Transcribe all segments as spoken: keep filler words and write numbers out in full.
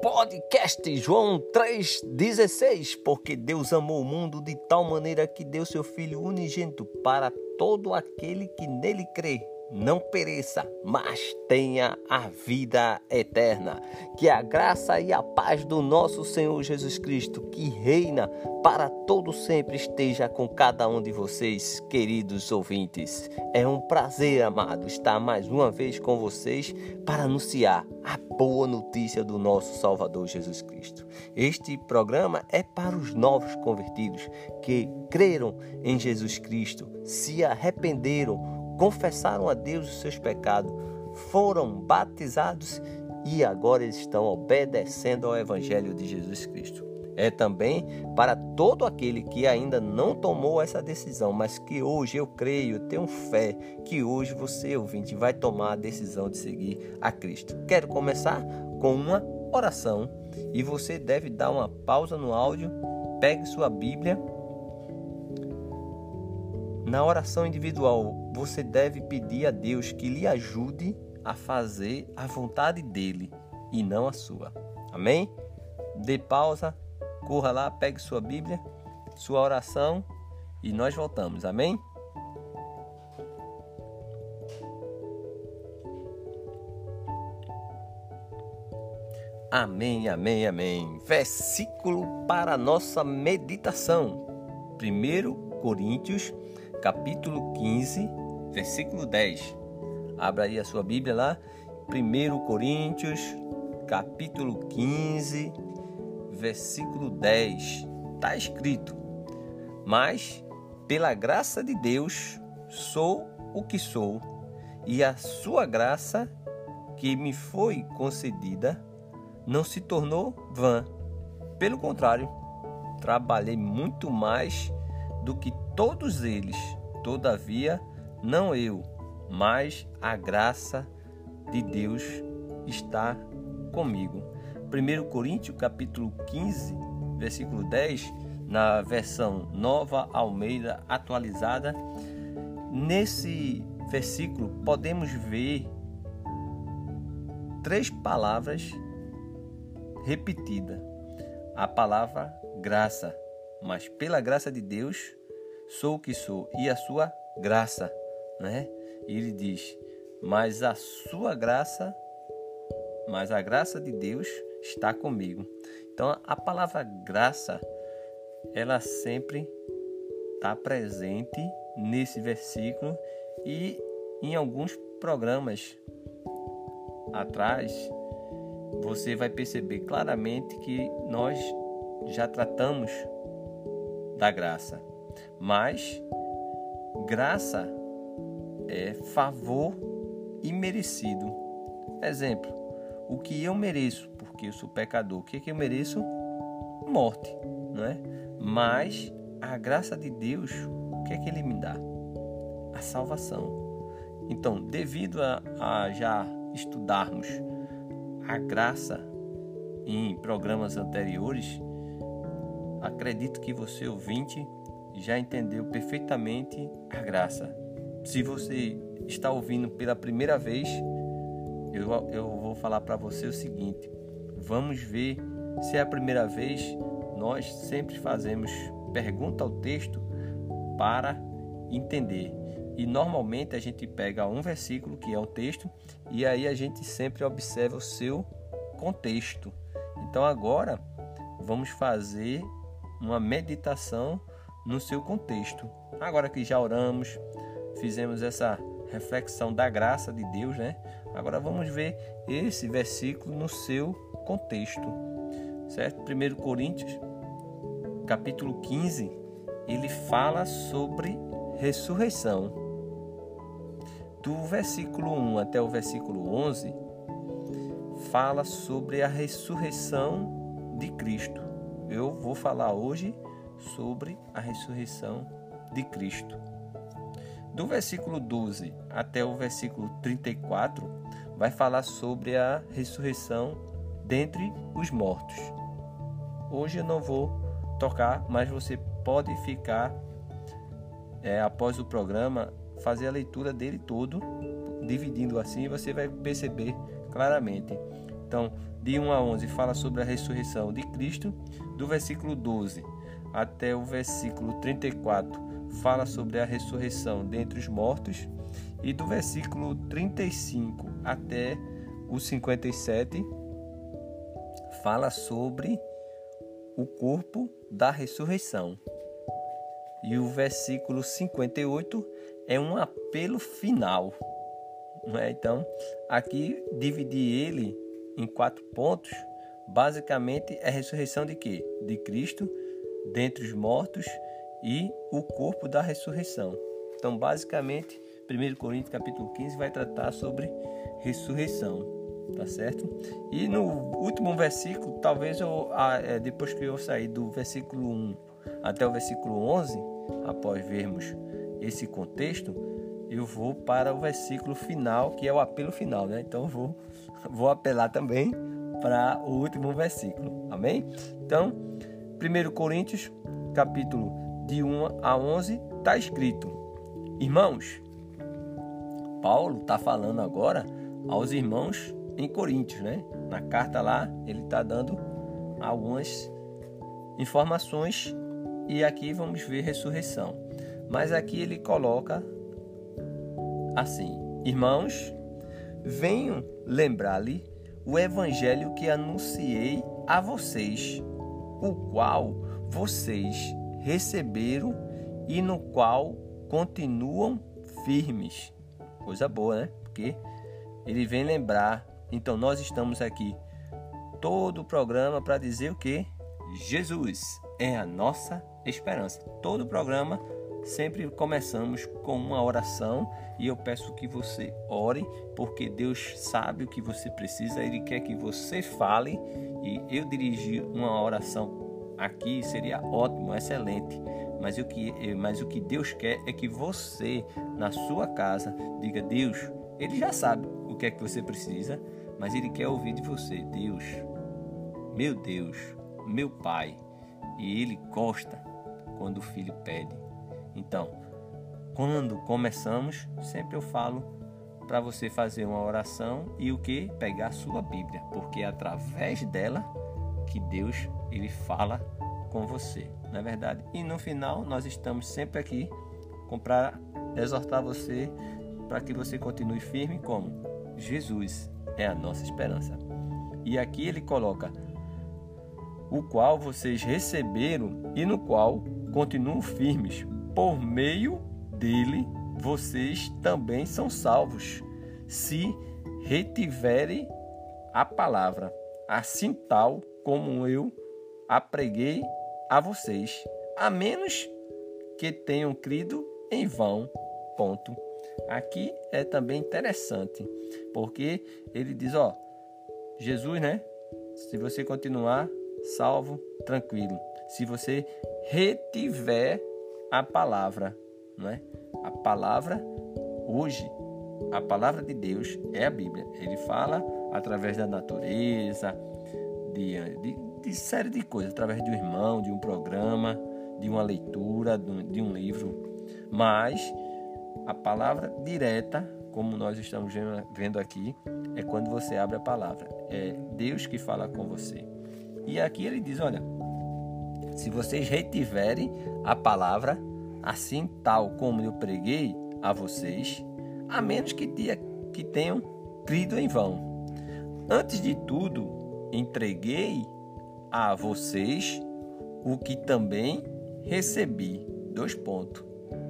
Podcast João três dezesseis, porque Deus amou o mundo de tal maneira que deu seu Filho unigênito para todo aquele que nele crê, não pereça, mas tenha a vida eterna. Que a graça e a paz do nosso Senhor Jesus Cristo, que reina para todo sempre, esteja com cada um de vocês, queridos ouvintes. É um prazer, amado, estar mais uma vez com vocês para anunciar a boa notícia do nosso Salvador Jesus Cristo. Este programa é para os novos convertidos que creram em Jesus Cristo, se arrependeram, confessaram a Deus os seus pecados, foram batizados e agora eles estão obedecendo ao Evangelho de Jesus Cristo. É também para todo aquele que ainda não tomou essa decisão, mas que hoje eu creio, eu tenho fé que hoje você, ouvinte, vai tomar a decisão de seguir a Cristo. Quero começar com uma oração e você deve dar uma pausa no áudio, pegue sua Bíblia. Na oração individual, você deve pedir a Deus que lhe ajude a fazer a vontade dele e não a sua. Amém? Dê pausa, corra lá, pegue sua Bíblia, sua oração e nós voltamos. Amém? Amém, amém, amém. Versículo para a nossa meditação. primeiro Coríntios, capítulo quinze, versículo dez. Abra aí a sua Bíblia lá. primeiro Coríntios, capítulo quinze, versículo dez. Está escrito: mas pela graça de Deus sou o que sou, e a sua graça que me foi concedida não se tornou vã. Pelo contrário, trabalhei muito mais do que todos eles. Todavia, não eu, mas a graça de Deus está comigo. primeiro Coríntios, capítulo quinze, versículo dez, na versão Nova Almeida atualizada. Nesse versículo podemos ver três palavras repetidas. A palavra graça, mas pela graça de Deus sou o que sou, e a sua graça, né? E ele diz: mas a sua graça, mas a graça de Deus está comigo. Então a palavra graça, ela sempre está presente nesse versículo, e em alguns programas atrás você vai perceber claramente que nós já tratamos da graça. Mas graça é favor imerecido. Exemplo: o que eu mereço, porque eu sou pecador, o que, é que eu mereço? Morte, não é? Mas a graça de Deus, o que é que Ele me dá? A salvação. Então, devido a, a já estudarmos a graça em programas anteriores, acredito que você, ouvinte, já entendeu perfeitamente a graça. Se você está ouvindo pela primeira vez, eu, eu vou falar para você o seguinte: vamos ver se é a primeira vez. Nós sempre fazemos pergunta ao texto para entender, e normalmente a gente pega um versículo que é um texto, e aí a gente sempre observa o seu contexto. Então agora vamos fazer uma meditação no seu contexto. Agora que já oramos, fizemos essa reflexão da graça de Deus, né? Agora vamos ver esse versículo no seu contexto, certo? primeiro Coríntios, capítulo quinze, ele fala sobre ressurreição. Do versículo um até o versículo onze, fala sobre a ressurreição de Cristo. Eu vou falar hoje sobre a ressurreição de Cristo. Do versículo doze até o versículo trinta e quatro, vai falar sobre a ressurreição dentre os mortos. Hoje eu não vou tocar, mas você pode ficar, é, após o programa, fazer a leitura dele todo, dividindo assim, você vai perceber claramente. Então, de um a onze fala sobre a ressurreição de Cristo. Do versículo doze até o versículo trinta e quatro fala sobre a ressurreição dentre os mortos. E do versículo trinta e cinco até o cinquenta e sete fala sobre o corpo da ressurreição. E o versículo cinquenta e oito é um apelo final. Não é? Então, aqui dividi ele em quatro pontos. Basicamente, é a ressurreição de quê? De Cristo, dentre os mortos, e o corpo da ressurreição. Então, basicamente, primeiro Coríntios capítulo quinze vai tratar sobre ressurreição, tá certo? E no último versículo, talvez eu, depois que eu sair do versículo um até o versículo onze, após vermos esse contexto, eu vou para o versículo final, que é o apelo final, né? Então eu vou, vou apelar também para o último versículo, amém? Então, primeiro Coríntios, capítulo de um a onze, está escrito: irmãos, Paulo está falando agora aos irmãos em Coríntios, né? Na carta lá, ele está dando algumas informações e aqui vamos ver ressurreição. Mas aqui ele coloca assim: irmãos, venho lembrar-lhe o evangelho que anunciei a vocês, o qual vocês receberam e no qual continuam firmes. Coisa boa, né? Porque ele vem lembrar. Então nós estamos aqui todo o programa para dizer o quê? Jesus é a nossa esperança. Todo o programa sempre começamos com uma oração e eu peço que você ore, porque Deus sabe o que você precisa, Ele quer que você fale, e eu dirigir uma oração aqui seria ótimo, excelente, mas o que, mas o que Deus quer é que você, na sua casa, diga: Deus, Ele já sabe o que é que você precisa, mas Ele quer ouvir de você: Deus, meu Deus, meu Pai. E Ele gosta quando o filho pede. Então, quando começamos, sempre eu falo para você fazer uma oração e o que? Pegar a sua Bíblia, porque é através dela que Deus ele fala com você, não é verdade? E no final nós estamos sempre aqui para exortar você para que você continue firme, como Jesus é a nossa esperança. E aqui ele coloca: o qual vocês receberam e no qual continuam firmes. Por meio dele, vocês também são salvos, se retiverem a palavra, assim tal como eu a preguei a vocês, a menos que tenham crido em vão. Ponto. Aqui é também interessante, porque ele diz, ó, Jesus, né? Se você continuar salvo, tranquilo. Se você retiver a palavra, não é? A palavra hoje, a palavra de Deus é a Bíblia. Ele fala através da natureza, de, de, de série de coisas, através de um irmão, de um programa, de uma leitura, de um livro. Mas a palavra direta, como nós estamos vendo aqui, é quando você abre a palavra. É Deus que fala com você. E aqui ele diz, olha, se vocês retiverem a palavra, assim tal como eu preguei a vocês, a menos que, tia, que tenham crido em vão. Antes de tudo, entreguei a vocês o que também recebi. Dois pontos.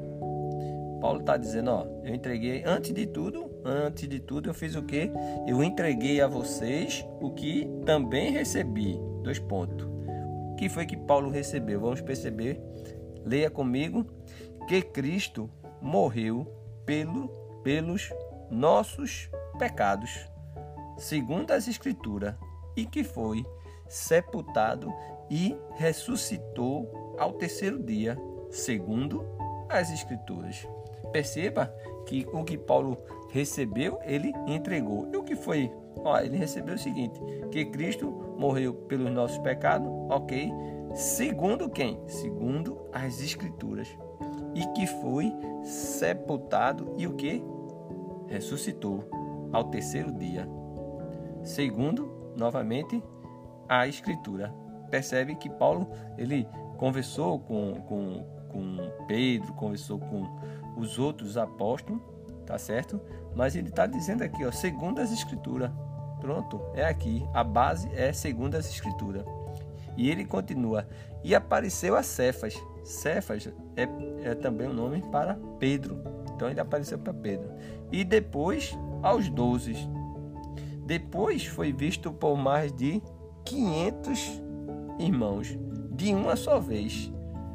Paulo está dizendo, ó, eu entreguei, antes de tudo, antes de tudo eu fiz o quê? Eu entreguei a vocês o que também recebi. Dois pontos. O que foi que Paulo recebeu? Vamos perceber. Leia comigo. Que Cristo morreu pelo, pelos nossos pecados, segundo as Escrituras, e que foi sepultado e ressuscitou ao terceiro dia, segundo as Escrituras. Perceba que o que Paulo recebeu, ele entregou. E o que foi? Ó, ele recebeu o seguinte, que Cristo morreu pelos nossos pecados, ok? Segundo quem? Segundo as Escrituras. E que foi sepultado e o que? Ressuscitou ao terceiro dia, segundo novamente a Escritura. Percebe que Paulo, ele conversou com, com, com Pedro, conversou com os outros apóstolos, tá certo? Mas ele está dizendo aqui, ó, segundo as Escrituras. Pronto, é aqui. A base é segundo as Escrituras. E ele continua. E apareceu a Cefas. Cefas é, é também um nome para Pedro. Então ele apareceu para Pedro. E depois aos doze. Depois foi visto por mais de quinhentos irmãos, de uma só vez,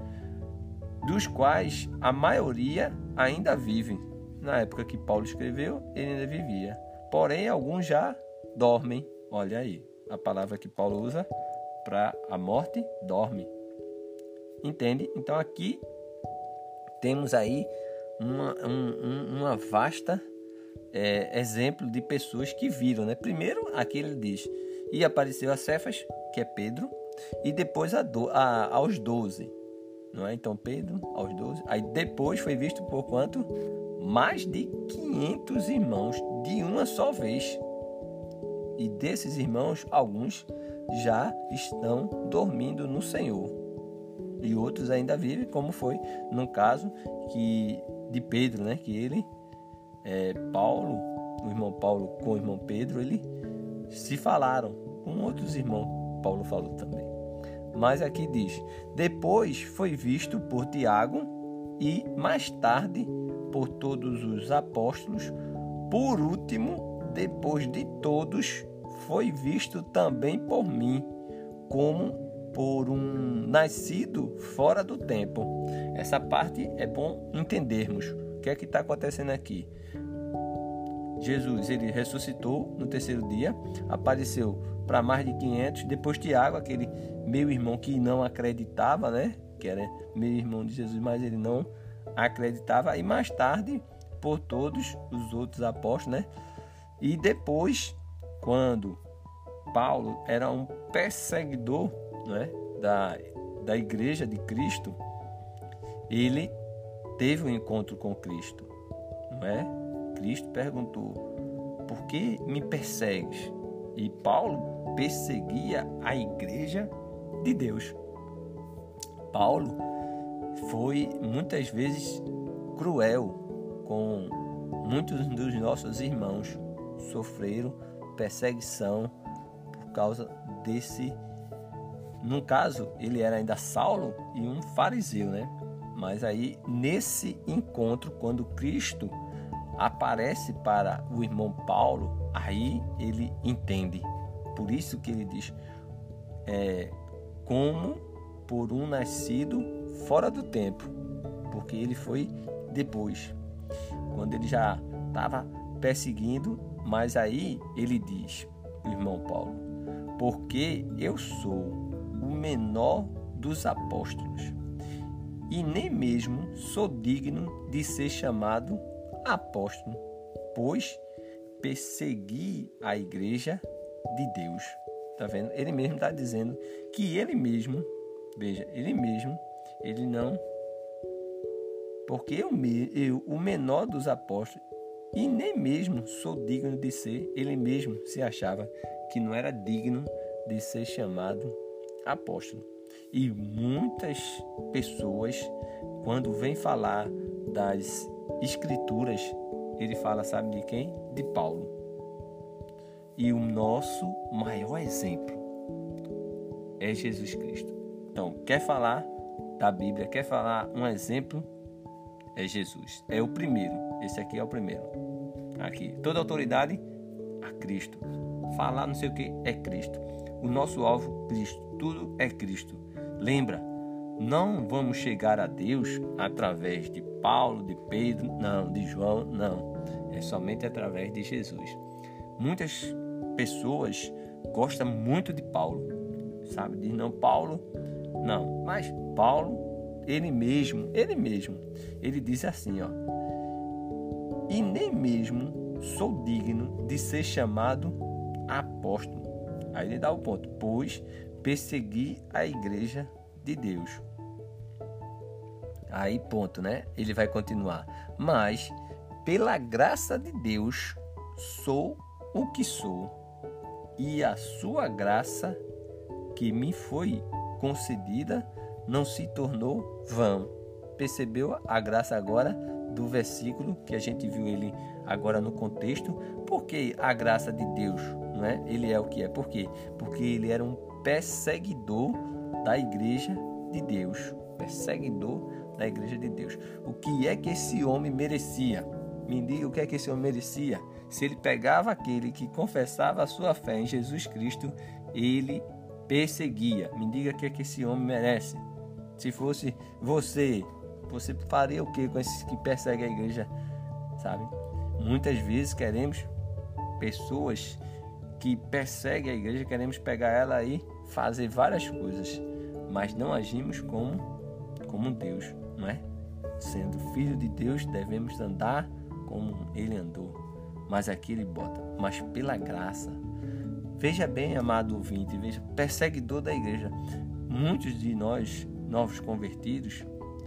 dos quais a maioria ainda vive. Na época que Paulo escreveu, ele ainda vivia. Porém, alguns já dormem. Olha aí, a palavra que Paulo usa para a morte, dorme. Entende? Então aqui temos aí uma, um, uma vasta é, exemplo de pessoas que viram, né? Primeiro, aqui ele diz, e apareceu a Cefas, que é Pedro, e depois a do, a, aos doze, não é? Então Pedro aos doze, aí depois foi visto por quanto? Mais de quinhentos irmãos de uma só vez. E desses irmãos, alguns já estão dormindo no Senhor. E outros ainda vivem, como foi no caso que, de Pedro, né? Que ele, é, Paulo, o irmão Paulo com o irmão Pedro, ele se falaram com outros irmãos. Paulo falou também. Mas aqui diz, depois foi visto por Tiago e mais tarde por todos os apóstolos. Por último, depois de todos, foi visto também por mim, como por um nascido fora do tempo. Essa parte é bom entendermos. O que é que está acontecendo aqui? Jesus, ele ressuscitou no terceiro dia, apareceu para mais de quinhentos, depois Tiago, aquele meu irmão que não acreditava, né? Que era meu irmão de Jesus, mas ele não acreditava, e mais tarde por todos os outros apóstolos, né? E depois, quando Paulo era um perseguidor, né, da, da igreja de Cristo, ele teve um encontro com Cristo, não é? Cristo perguntou, por que me persegues? E Paulo perseguia a igreja de Deus. Paulo foi muitas vezes cruel com muitos dos nossos irmãos, sofreram perseguição por causa desse. No caso, ele era ainda Saulo e um fariseu, né? Mas aí, nesse encontro, quando Cristo aparece para o irmão Paulo, aí ele entende. Por isso que ele diz, é, como por um nascido fora do tempo, porque ele foi depois, quando ele já estava perseguindo, mas aí ele diz, o irmão Paulo, porque eu sou o menor dos apóstolos, e nem mesmo sou digno de ser chamado apóstolo, pois persegui a igreja de Deus. Tá vendo? Ele mesmo está dizendo que ele mesmo, veja, ele mesmo, ele não, porque eu, eu, o menor dos apóstolos, e nem mesmo sou digno de ser, ele mesmo se achava que não era digno de ser chamado apóstolo. E muitas pessoas, quando vêm falar das escrituras, ele fala, sabe de quem? De Paulo. E o nosso maior exemplo é Jesus Cristo. Então, quer falar da Bíblia, quer falar um exemplo, é Jesus. É o primeiro. Esse aqui é o primeiro. Aqui, toda autoridade a Cristo. Falar não sei o que é Cristo. O nosso alvo, Cristo. Tudo é Cristo. Lembra, não vamos chegar a Deus através de Paulo, de Pedro, não, de João, não. É somente através de Jesus. Muitas pessoas gostam muito de Paulo, sabe? Diz, não, Paulo, não. Mas Paulo, ele mesmo, ele mesmo, ele diz assim, ó. E nem mesmo sou digno de ser chamado apóstolo. Aí ele dá o ponto, pois persegui a igreja de Deus. Aí ponto, né? Ele vai continuar. Mas pela graça de Deus sou o que sou. e a sua graça que me foi concedida não se tornou vã. Percebeu a graça agora do versículo que a gente viu ele agora no contexto? Porque a graça de Deus, não é? Ele é o que é. Por quê? Porque ele era um perseguidor da igreja de Deus. Perseguidor da igreja de Deus. O que é que esse homem merecia? Me diga o que é que esse homem merecia. Se ele pegava aquele que confessava a sua fé em Jesus Cristo, ele perseguia. Me diga o que é que esse homem merece. Se fosse você, você faria o que com esses que perseguem a igreja? Sabe? Muitas vezes queremos pessoas que perseguem a igreja, queremos pegar ela e fazer várias coisas, mas não agimos como, como Deus, não é? Sendo filho de Deus, devemos andar como ele andou. Mas aqui ele bota, mas pela graça. Veja bem, amado ouvinte, veja, perseguidor da igreja. Muitos de nós, novos convertidos,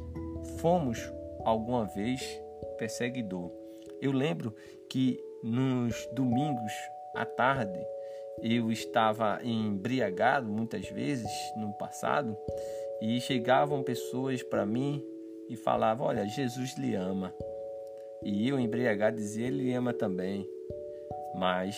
fomos alguma vez perseguidor. Eu lembro que nos domingos à tarde eu estava embriagado muitas vezes no passado e chegavam pessoas para mim e falavam: olha, Jesus lhe ama. E eu embriagado dizia: ele lhe ama também. Mas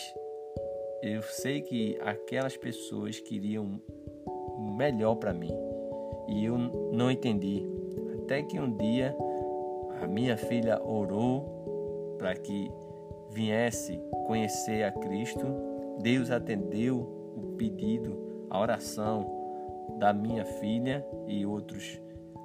eu sei que aquelas pessoas queriam o melhor para mim e eu não entendi. Até que um dia a minha filha orou para que viesse conhecer a Cristo. Deus atendeu o pedido, a oração da minha filha e outros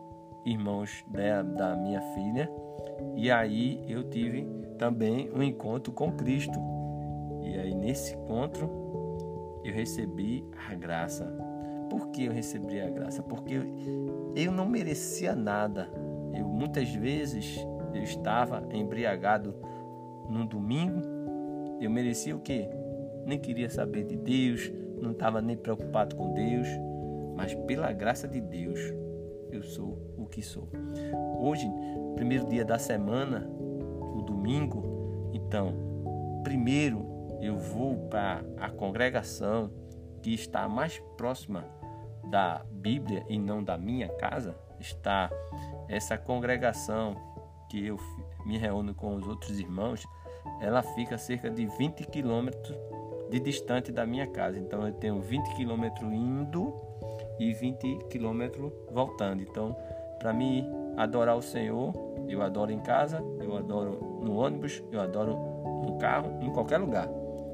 irmãos da, da minha filha. E aí eu tive também um encontro com Cristo. E aí nesse encontro eu recebi a graça. Por que eu recebi a graça? Porque eu não merecia nada. Eu muitas vezes eu estava embriagado num domingo. Eu merecia o quê? Nem queria saber de Deus, não estava nem preocupado com Deus, mas pela graça de Deus eu sou o que sou. Hoje, primeiro dia da semana, o domingo, então, primeiro eu vou para a congregação que está mais próxima da Bíblia e não da minha casa. Está essa congregação que eu me reúno com os outros irmãos, ela fica a cerca de vinte quilômetros de distante da minha casa. Então eu tenho vinte quilômetros indo e vinte quilômetros voltando. Então, para mim adorar o Senhor, eu adoro em casa, eu adoro no ônibus, eu adoro no carro, em qualquer lugar.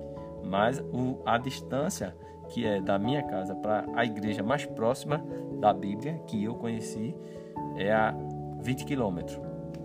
Mas o, a distância que é da minha casa para a igreja mais próxima da Bíblia que eu conheci é a vinte quilômetros.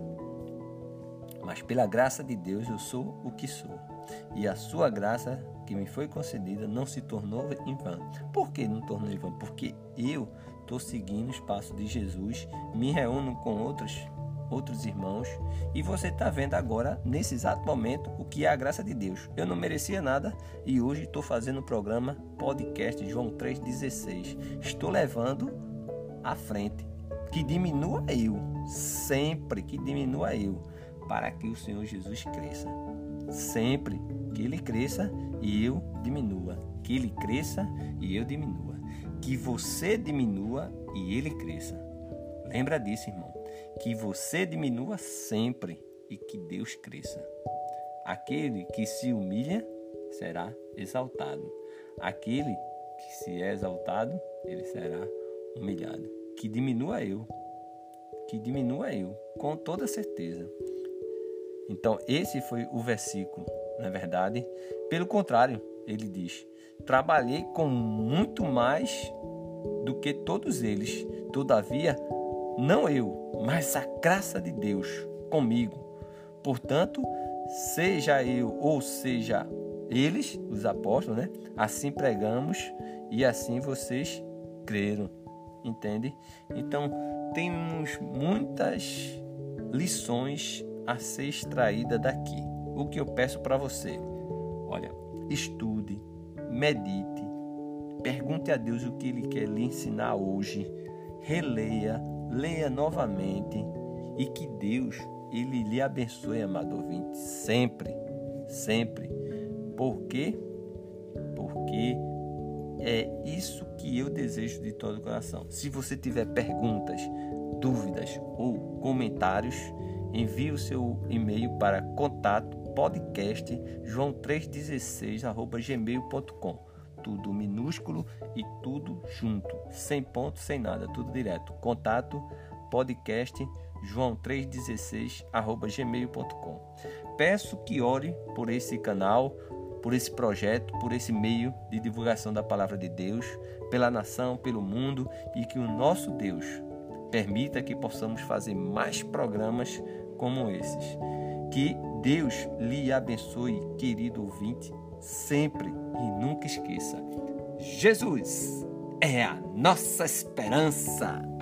Mas pela graça de Deus eu sou o que sou. E a sua graça que me foi concedida não se tornou em vão. Por que não tornou em vão? Porque eu estou seguindo os passos de Jesus, me reúno com outros, outros irmãos, e você está vendo agora, nesse exato momento, o que é a graça de Deus. Eu não merecia nada e hoje estou fazendo o programa podcast João três dezesseis. Estou levando à frente. Que diminua eu, sempre que diminua eu, para que o Senhor Jesus cresça. Sempre que Ele cresça e eu diminua. Que Ele cresça e eu diminua. Que você diminua e Ele cresça. Lembra disso, irmão. Que você diminua sempre e que Deus cresça. Aquele que se humilha será exaltado. Aquele que se é exaltado, ele será humilhado. Que diminua eu. Que diminua eu, com toda certeza. Então, esse foi o versículo, não é verdade? Pelo contrário, ele diz: trabalhei com muito mais do que todos eles. Todavia, não eu, mas a graça de Deus comigo. Portanto, seja eu ou seja eles, os apóstolos, né? Assim pregamos e assim vocês creram. Entende? Então, temos muitas lições a ser extraída daqui. O que eu peço para você? Olha, estude, medite, pergunte a Deus o que Ele quer lhe ensinar hoje, releia, leia novamente e que Deus, Ele lhe abençoe, amado ouvinte, sempre, sempre. Por quê? Por porque é isso que eu desejo de todo o coração. Se você tiver perguntas, dúvidas ou comentários, envie o seu e-mail para contato podcast joão três dezesseis arroba gmail ponto com. Tudo minúsculo e tudo junto, sem ponto, sem nada, tudo direto. Contato podcast joão três dezesseis arroba gmail ponto com. Peço que ore por esse canal, por esse projeto, por esse meio de divulgação da palavra de Deus, pela nação, pelo mundo, e que o nosso Deus permita que possamos fazer mais programas como esses. Que Deus lhe abençoe, querido ouvinte, sempre e nunca esqueça: Jesus é a nossa esperança.